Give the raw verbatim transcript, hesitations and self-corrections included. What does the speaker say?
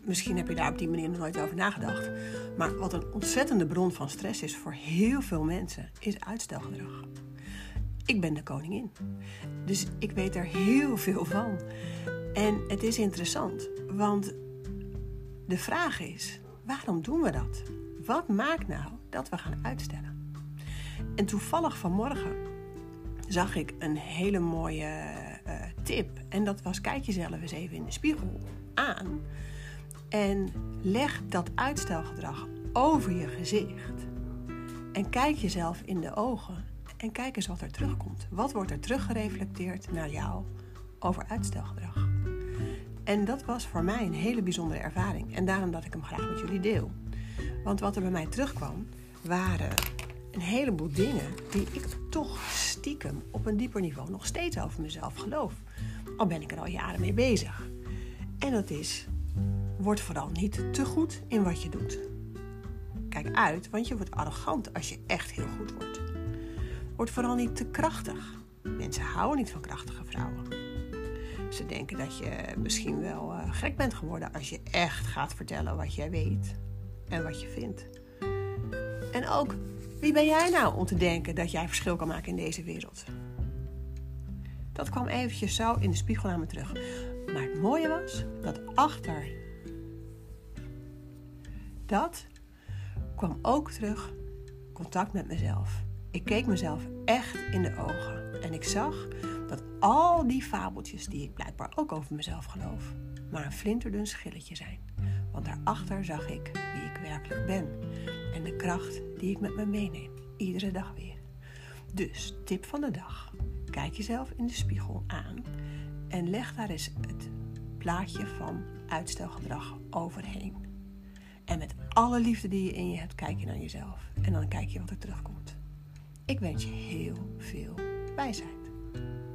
misschien heb je daar op die manier nog nooit over nagedacht. Maar wat een ontzettende bron van stress is voor heel veel mensen, is uitstelgedrag. Ik ben de koningin. Dus ik weet er heel veel van. En het is interessant, want de vraag is, waarom doen we dat? Wat maakt nou dat we gaan uitstellen? En toevallig vanmorgen zag ik een hele mooie uh, tip. En dat was, kijk jezelf eens even in de spiegel aan. En leg dat uitstelgedrag over je gezicht. En kijk jezelf in de ogen. En kijk eens wat er terugkomt. Wat wordt er teruggereflecteerd naar jou over uitstelgedrag? En dat was voor mij een hele bijzondere ervaring. En daarom dat ik hem graag met jullie deel. Want wat er bij mij terugkwam, waren een heleboel dingen die ik toch stiekem op een dieper niveau nog steeds over mezelf geloof. Al ben ik er al jaren mee bezig. En dat is, word vooral niet te goed in wat je doet. Kijk uit, want je wordt arrogant als je echt heel goed wordt. Word vooral niet te krachtig. Mensen houden niet van krachtige vrouwen. Ze denken dat je misschien wel uh, gek bent geworden als je echt gaat vertellen wat jij weet en wat je vindt. En ook, wie ben jij nou om te denken dat jij verschil kan maken in deze wereld? Dat kwam eventjes zo in de spiegel naar me terug. Maar het mooie was, dat achter dat kwam ook terug contact met mezelf. Ik keek mezelf echt in de ogen. En ik zag dat al die fabeltjes die ik blijkbaar ook over mezelf geloof, maar een flinterdun schilletje zijn. Want daarachter zag ik wie ik werkelijk ben. En de kracht die ik met me meeneem. Iedere dag weer. Dus, tip van de dag. Kijk jezelf in de spiegel aan. En leg daar eens het plaatje van uitstelgedrag overheen. En met alle liefde die je in je hebt, kijk je naar jezelf. En dan kijk je wat er terugkomt. Ik wens je heel veel wijsheid.